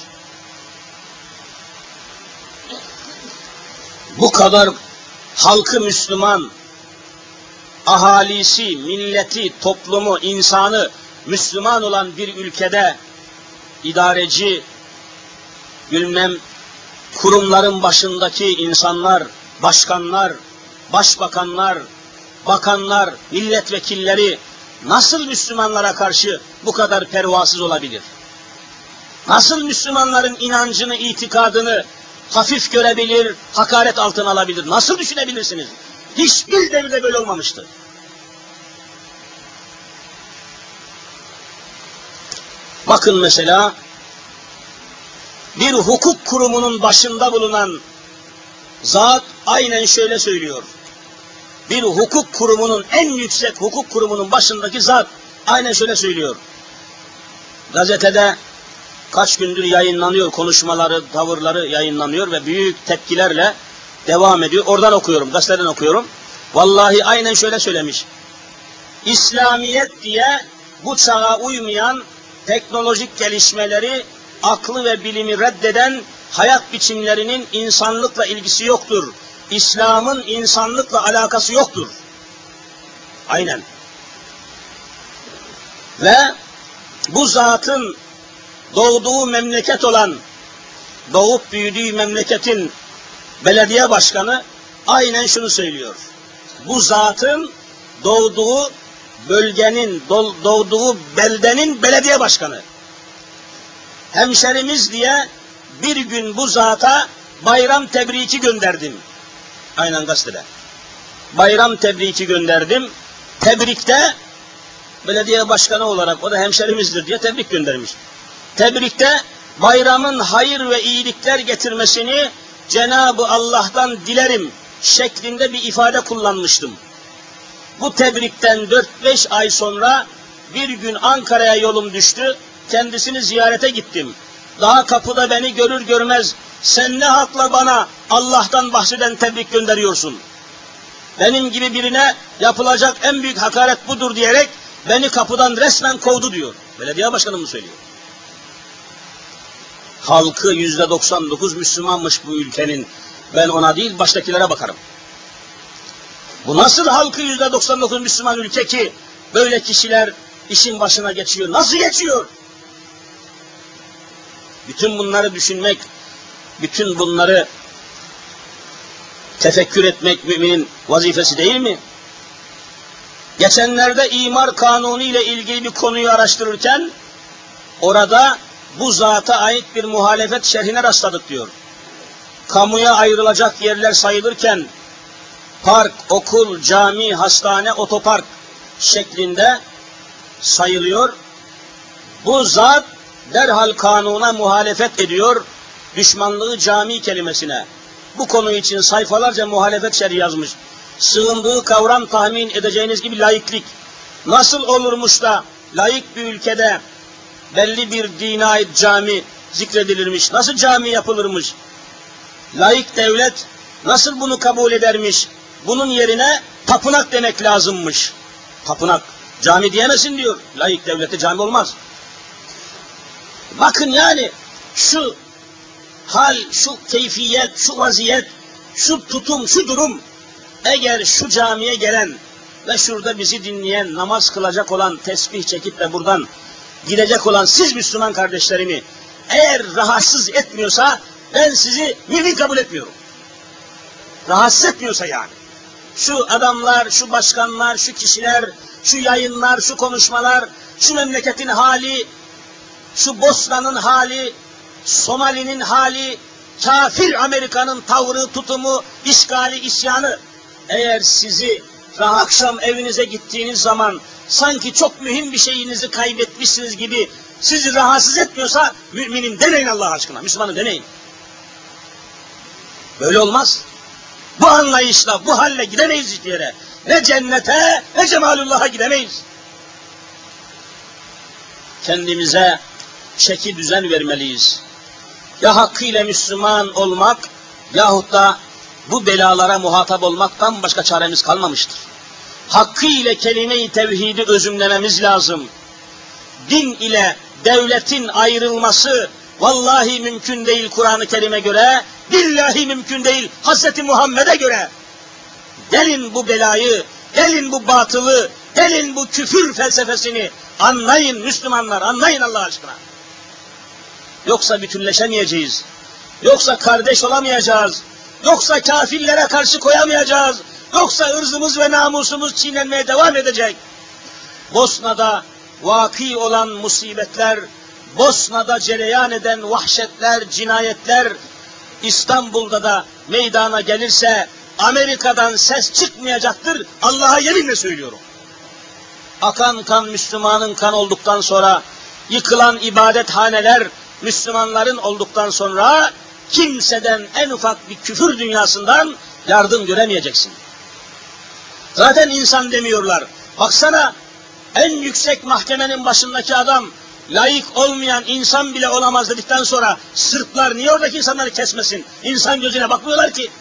Bu kadar halkı Müslüman, ahalisi, milleti, toplumu, insanı Müslüman olan bir ülkede idareci, bilmem kurumların başındaki insanlar, başkanlar, başbakanlar, bakanlar, milletvekilleri nasıl Müslümanlara karşı bu kadar pervasız olabilir? Nasıl Müslümanların inancını, itikadını hafif görebilir, hakaret altına alabilir? Nasıl düşünebilirsiniz? Hiçbir devirde böyle olmamıştı. Bakın mesela bir hukuk kurumunun başında bulunan zat aynen şöyle söylüyor. Bir hukuk kurumunun, en yüksek hukuk kurumunun başındaki zat aynen şöyle söylüyor. Gazetede kaç gündür yayınlanıyor, konuşmaları, tavırları yayınlanıyor ve büyük tepkilerle devam ediyor. Oradan okuyorum, gazeteden okuyorum. Vallahi aynen şöyle söylemiş. İslamiyet diye bu çağa uymayan teknolojik gelişmeleri, aklı ve bilimi reddeden hayat biçimlerinin insanlıkla ilgisi yoktur. İslam'ın insanlıkla alakası yoktur. Aynen. Ve bu zatın doğduğu memleket olan, doğup büyüdüğü memleketin belediye başkanı aynen şunu söylüyor. Bu zatın doğduğu bölgenin, doğduğu beldenin belediye başkanı. Hemşerimiz diye bir gün bu zata bayram tebriki gönderdim. Aynen gazetede. Bayram tebriki gönderdim. Tebrikte belediye başkanı olarak, o da hemşerimizdir diye tebrik göndermiş. Tebrikte bayramın hayır ve iyilikler getirmesini Cenab-ı Allah'tan dilerim şeklinde bir ifade kullanmıştım. Bu tebrikten dört beş ay sonra bir gün Ankara'ya yolum düştü. Kendisini ziyarete gittim. Daha kapıda beni görür görmez sen ne hakla bana Allah'tan bahseden tebrik gönderiyorsun? Benim gibi birine yapılacak en büyük hakaret budur diyerek beni kapıdan resmen kovdu diyor. Belediye başkanı mı söylüyor? Halkı yüzde doksan dokuz Müslümanmış bu ülkenin. Ben ona değil baştakilere bakarım. Bu nasıl halkı yüzde doksan dokuz Müslüman ülke ki böyle kişiler işin başına geçiyor? Nasıl geçiyor? Bütün bunları düşünmek, bütün bunları tefekkür etmek müminin vazifesi değil mi? Geçenlerde imar kanunu ile ilgili bir konuyu araştırırken orada bu zata ait bir muhalefet şerhine rastladık diyor. Kamuya ayrılacak yerler sayılırken park, okul, cami, hastane, otopark şeklinde sayılıyor. Bu zat derhal kanuna muhalefet ediyor, düşmanlığı cami kelimesine. Bu konu için sayfalarca muhalefet şerhi yazmış. Sığındığı kavram tahmin edeceğiniz gibi laiklik. Nasıl olurmuş da laik bir ülkede belli bir dine ait cami zikredilirmiş? Nasıl cami yapılırmış? Laik devlet nasıl bunu kabul edermiş? Bunun yerine tapınak demek lazımmış. Tapınak. Cami diyemezsin diyor. Laik devlette cami olmaz. Bakın yani şu hal, şu keyfiyet, şu vaziyet, şu tutum, şu durum, eğer şu camiye gelen ve şurada bizi dinleyen, namaz kılacak olan, tesbih çekip de buradan gidecek olan siz Müslüman kardeşlerimi eğer rahatsız etmiyorsa ben sizi mümin kabul etmiyorum. Rahatsız etmiyorsa yani. Şu adamlar, şu başkanlar, şu kişiler, şu yayınlar, şu konuşmalar, şu memleketin hali, şu Bosna'nın hali, Somali'nin hali, kafir Amerika'nın tavrı, tutumu, işgali, isyanı, eğer sizi akşam evinize gittiğiniz zaman sanki çok mühim bir şeyinizi kaybetmişsiniz gibi sizi rahatsız etmiyorsa müminim demeyin Allah aşkına, Müslümanım demeyin. Böyle olmaz. Bu anlayışla, bu halle gidemeyiz hiçbir yere. Ne cennete, ne cemalullah'a gidemeyiz. Kendimize çeki düzen vermeliyiz. Ya hakkıyla Müslüman olmak yahut da bu belalara muhatap olmaktan başka çaremiz kalmamıştır. Hakkıyla kelime-i tevhidi özümlememiz lazım. Din ile devletin ayrılması vallahi mümkün değil Kur'an-ı Kerim'e göre, billahi mümkün değil Hazreti Muhammed'e göre. Delin bu belayı, delin bu batılı, delin bu küfür felsefesini, anlayın Müslümanlar, anlayın Allah aşkına. Yoksa bütünleşemeyeceğiz, yoksa kardeş olamayacağız, yoksa kafirlere karşı koyamayacağız, yoksa ırzımız ve namusumuz çiğnenmeye devam edecek. Bosna'da vaki olan musibetler, Bosna'da cereyan eden vahşetler, cinayetler, İstanbul'da da meydana gelirse Amerika'dan ses çıkmayacaktır. Allah'a yeminle söylüyorum. Akan kan Müslümanın kan olduktan sonra, yıkılan ibadethaneler Müslümanların olduktan sonra kimseden en ufak bir küfür dünyasından yardım göremeyeceksin. Zaten insan demiyorlar. Baksana, en yüksek mahkemenin başındaki adam layık olmayan insan bile olamaz dedikten sonra Sırplar niye oradaki insanları kesmesin? İnsan gözüne bakmıyorlar ki.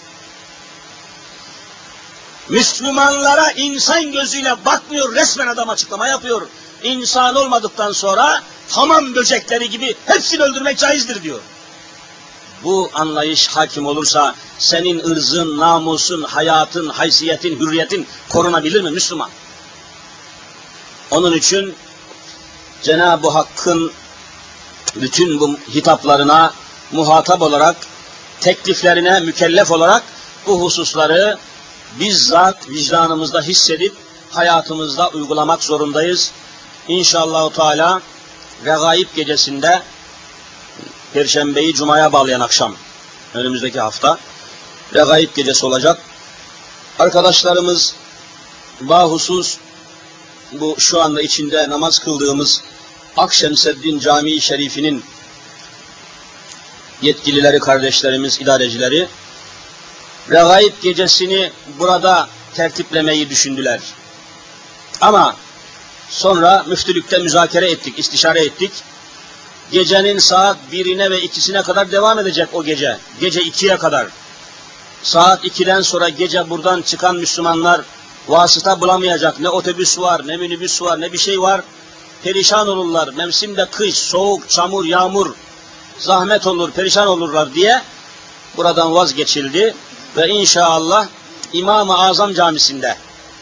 Müslümanlara insan gözüyle bakmıyor, resmen adam açıklama yapıyor. İnsan olmadıktan sonra hamam böcekleri gibi hepsini öldürmek caizdir diyor. Bu anlayış hakim olursa senin ırzın, namusun, hayatın, haysiyetin, hürriyetin korunabilir mi Müslüman? Onun için Cenab-ı Hakk'ın bütün bu hitaplarına muhatap olarak, tekliflerine mükellef olarak bu hususları bizzat vicdanımızda hissedip hayatımızda uygulamak zorundayız. İnşallah Teala Regaib gecesinde, Perşembeyi Cuma'ya bağlayan akşam, önümüzdeki hafta Regaib gecesi olacak. Arkadaşlarımız bahusus bu şu anda içinde namaz kıldığımız Akşemseddin Camii Şerifi'nin yetkilileri, kardeşlerimiz, idarecileri Regaib gecesini burada tertiplemeyi düşündüler. Ama sonra müftülükte müzakere ettik, istişare ettik. Gecenin saat birine ve ikisine kadar devam edecek o gece. Gece ikiye kadar. Saat ikiden sonra gece buradan çıkan Müslümanlar vasıta bulamayacak. Ne otobüs var, ne minibüs var, ne bir şey var. Perişan olurlar. Mevsimde kış, soğuk, çamur, yağmur, zahmet olur, perişan olurlar diye buradan vazgeçildi. Ve inşallah İmam-ı Azam Camisi'nde,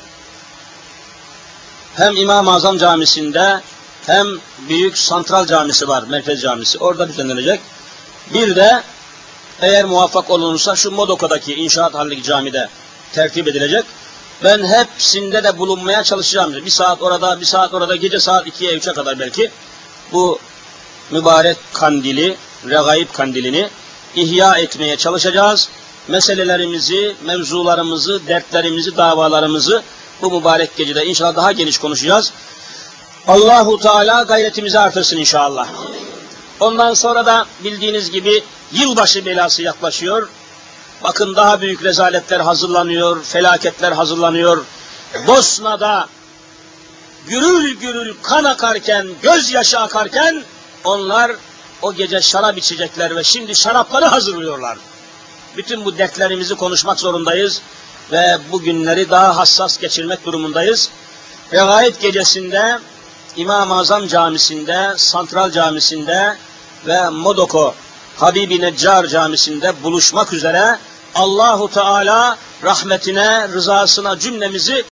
hem İmam-ı Azam Camisi'nde hem Büyük Santral Camisi var, Merkez Camisi. Orada düzenlenecek. Bir de eğer muvaffak olunursa şu Modoka'daki inşaat halindeki camide tertip edilecek. Ben hepsinde de bulunmaya çalışacağım. Bir saat orada, bir saat orada, gece saat ikiye, üçe kadar belki bu mübarek kandili, Regaib kandilini ihya etmeye çalışacağız. Meselelerimizi, mevzularımızı, dertlerimizi, davalarımızı bu mübarek gecede inşallah daha geniş konuşacağız. Allahu Teala gayretimizi artırsın inşallah. Ondan sonra da bildiğiniz gibi yılbaşı belası yaklaşıyor. Bakın daha büyük rezaletler hazırlanıyor, felaketler hazırlanıyor. Bosna'da gürül gürül kan akarken, gözyaşı akarken onlar o gece şarap içecekler ve şimdi şarapları hazırlıyorlar. Bütün bu dertlerimizi konuşmak zorundayız ve bu günleri daha hassas geçirmek durumundayız. Regaib gecesinde İmam-ı Azam Camisi'nde, Santral Camisi'nde ve Modoko Habibi Neccar Camisi'nde buluşmak üzere Allahu Teala rahmetine, rızasına cümlemizi